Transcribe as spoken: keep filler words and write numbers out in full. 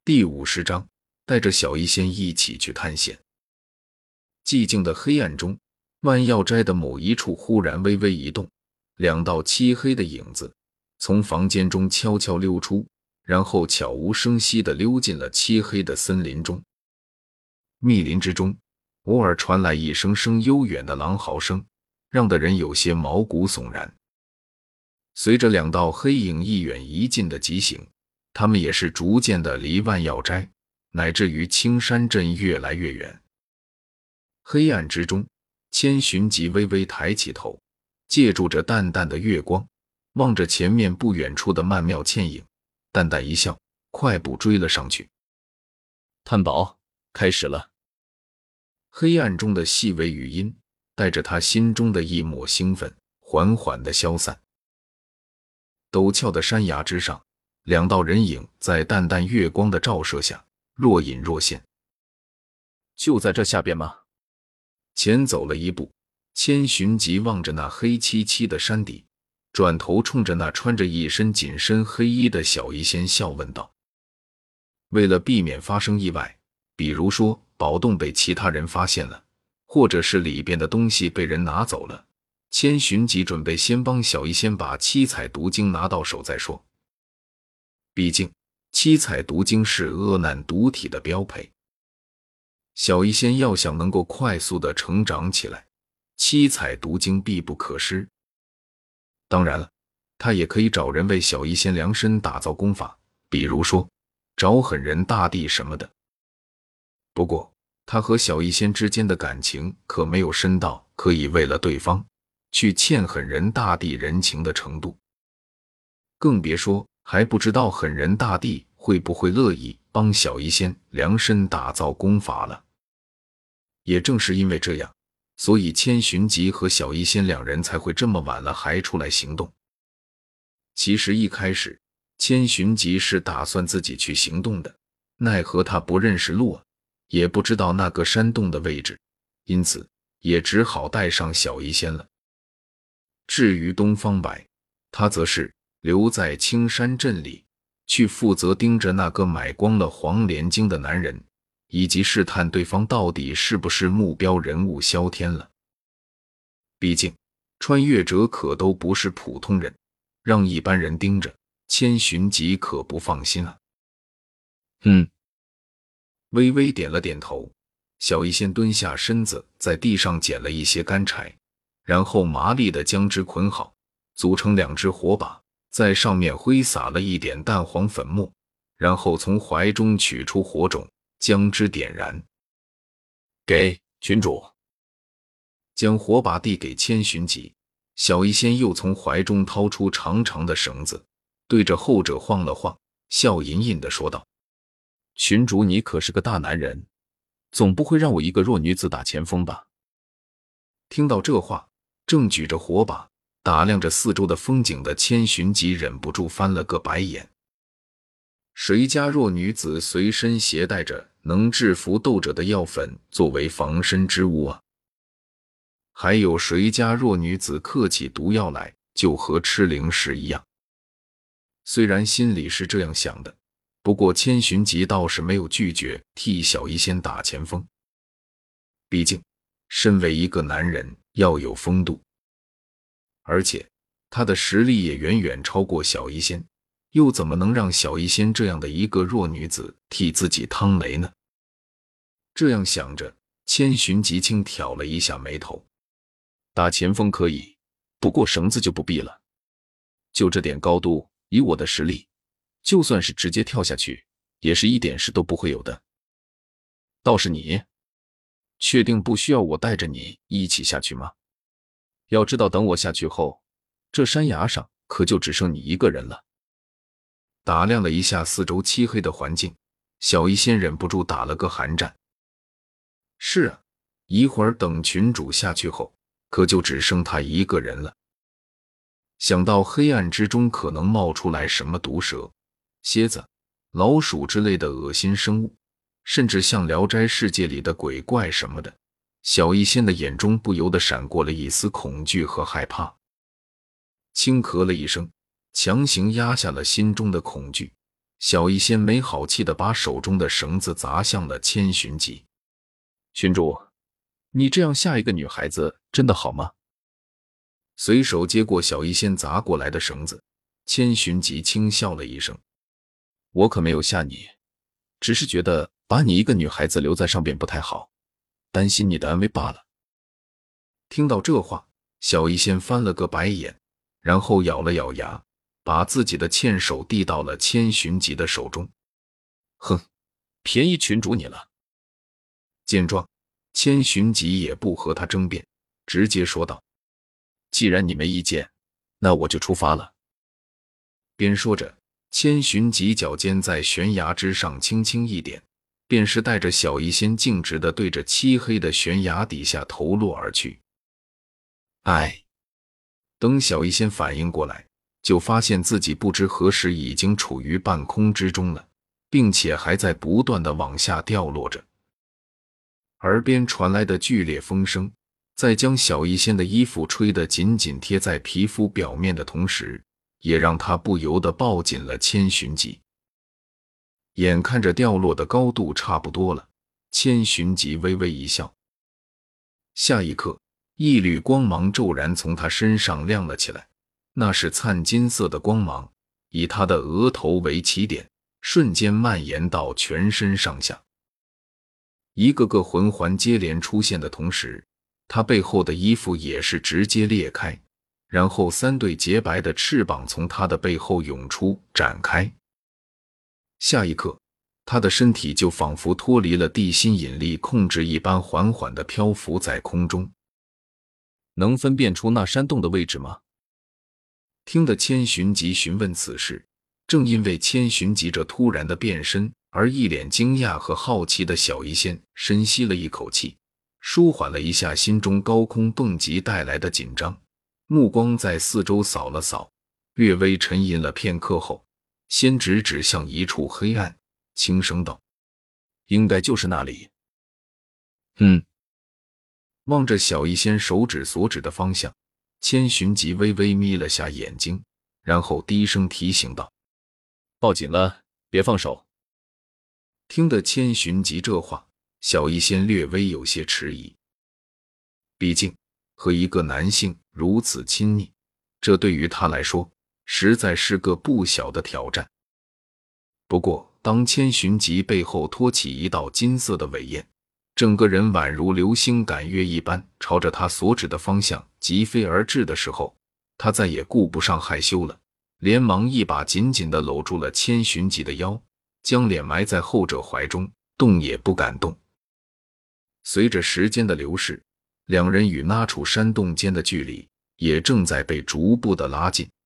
第五十章，带着小医仙一起去探险。寂静的黑暗中，万药斋的某一处忽然微微一动，两道漆黑的影子从房间中悄悄溜出，然后悄无声息地溜进了漆黑的森林中。密林之中，偶尔传来一声声悠远的狼嚎声，让得人有些毛骨悚然。随着两道黑影一远一近的疾行，他们也是逐渐的离万药斋乃至于青山镇越来越远。黑暗之中，千寻疾微微抬起头，借助着淡淡的月光，望着前面不远处的曼妙倩影，淡淡一笑，快步追了上去。 探宝，开始了。 黑暗中的细微语音带着他心中的一抹兴奋，缓缓地消散。陡峭的山崖之上，两道人影在淡淡月光的照射下若隐若现。 就在这下边吗？ 前走了一步，千寻疾望着那黑漆漆的山底，转头冲着那穿着一身紧身黑衣的小医仙笑问道。为了避免发生意外，比如说宝洞被其他人发现了，或者是里边的东西被人拿走了，千寻疾准备先帮小医仙把七彩毒经拿到手再说。毕竟七彩毒经是恶难毒体的标配，小医仙要想能够快速的成长起来，七彩毒经必不可失。当然了，他也可以找人为小医仙量身打造功法，比如说找狠人大帝什么的。不过他和小医仙之间的感情可没有深到可以为了对方去欠狠人大帝人情的程度，更别说还不知道狠人大帝会不会乐意帮小医仙量身打造功法了。也正是因为这样，所以千寻疾和小医仙两人才会这么晚了还出来行动。其实一开始千寻疾是打算自己去行动的，奈何他不认识路啊，也不知道那个山洞的位置，因此也只好带上小医仙了。至于东方白，他则是留在青山镇里，去负责盯着那个买光了黄连晶的男人，以及试探对方到底是不是目标人物萧天了。毕竟穿越者可都不是普通人，让一般人盯着，千寻疾可不放心啊。 嗯， 微微点了点头，小医仙蹲下身子，在地上捡了一些干柴，然后麻利地将之捆好，组成两只火把，在上面挥洒了一点淡黄粉末，然后从怀中取出火种，将之点燃。 给群主。 将火把递给千寻疾，小医仙又从怀中掏出长长的绳子，对着后者晃了晃，笑吟吟地说道： 群主你可是个大男人，总不会让我一个弱女子打前锋吧？ 听到这话，正举着火把打量着四周的风景的千寻疾忍不住翻了个白眼。谁家弱女子随身携带着能制服斗者的药粉作为防身之物啊？还有谁家弱女子嗑起毒药来就和吃零食一样？虽然心里是这样想的，不过千寻疾倒是没有拒绝替小医仙打前锋。毕竟身为一个男人要有风度，而且他的实力也远远超过小医仙，又怎么能让小医仙这样的一个弱女子替自己趟雷呢？这样想着，千寻疾轻挑了一下眉头。 打前锋可以，不过绳子就不必了。就这点高度，以我的实力，就算是直接跳下去，也是一点事都不会有的。倒是你，确定不需要我带着你一起下去吗？要知道等我下去后，这山崖上可就只剩你一个人了。 打量了一下四周漆黑的环境，小医仙忍不住打了个寒战。是啊，一会儿等群主下去后，可就只剩他一个人了。想到黑暗之中可能冒出来什么毒蛇、蝎子、老鼠之类的恶心生物，甚至像聊斋世界里的鬼怪什么的，小医仙的眼中不由得闪过了一丝恐惧和害怕。轻咳了一声，强行压下了心中的恐惧， 小医仙没好气地把手中的绳子砸向了千寻疾。 群主，你这样吓一个女孩子真的好吗？ 随手接过小医仙砸过来的绳子，千寻疾轻笑了一声。 我可没有吓你，只是觉得把你一个女孩子留在上边不太好，担心你的安危罢了。 听到这话，小医仙翻了个白眼，然后咬了咬牙，把自己的欠手递到了千寻疾的手中。 哼，便宜群主你了。 见状，千寻疾也不和他争辩，直接说道： 既然你没意见，那我就出发了。 边说着，千寻疾脚尖在悬崖之上轻轻一点，便是带着小医仙径直地对着漆黑的悬崖底下投落而去。哎，等小医仙反应过来，就发现自己不知何时已经处于半空之中了，并且还在不断地往下掉落着。耳边传来的剧烈风声，在将小医仙的衣服吹得紧紧贴在皮肤表面的同时，也让他不由得抱紧了千寻疾。眼看着掉落的高度差不多了，千寻疾微微一笑。下一刻，一缕光芒骤然从他身上亮了起来，那是灿金色的光芒，以他的额头为起点，瞬间蔓延到全身上下。一个个魂环接连出现的同时，他背后的衣服也是直接裂开，然后三对洁白的翅膀从他的背后涌出展开。下一刻，他的身体就仿佛脱离了地心引力控制一般，缓缓地漂浮在空中。 能分辨出那山洞的位置吗？ 听得千寻疾询问此事，正因为千寻疾这突然的变身而一脸惊讶和好奇的小医仙深吸了一口气，舒缓了一下心中高空蹦极带来的紧张，目光在四周扫了扫，略微沉吟了片刻后，先指指向一处黑暗，轻声道： 应该就是那里。 嗯。望着小医仙手指所指的方向，千寻疾微微眯了下眼睛，然后低声提醒道： 抱紧了，别放手。 听得千寻疾这话，小医仙略微有些迟疑。毕竟和一个男性如此亲昵，这对于他来说实在是个不小的挑战。不过当千寻疾背后托起一道金色的尾焰，整个人宛如流星赶月一般朝着他所指的方向疾飞而至的时候，他再也顾不上害羞了，连忙一把紧紧地搂住了千寻疾的腰，将脸埋在后者怀中，动也不敢动。随着时间的流逝，两人与那处山洞间的距离也正在被逐步的拉近。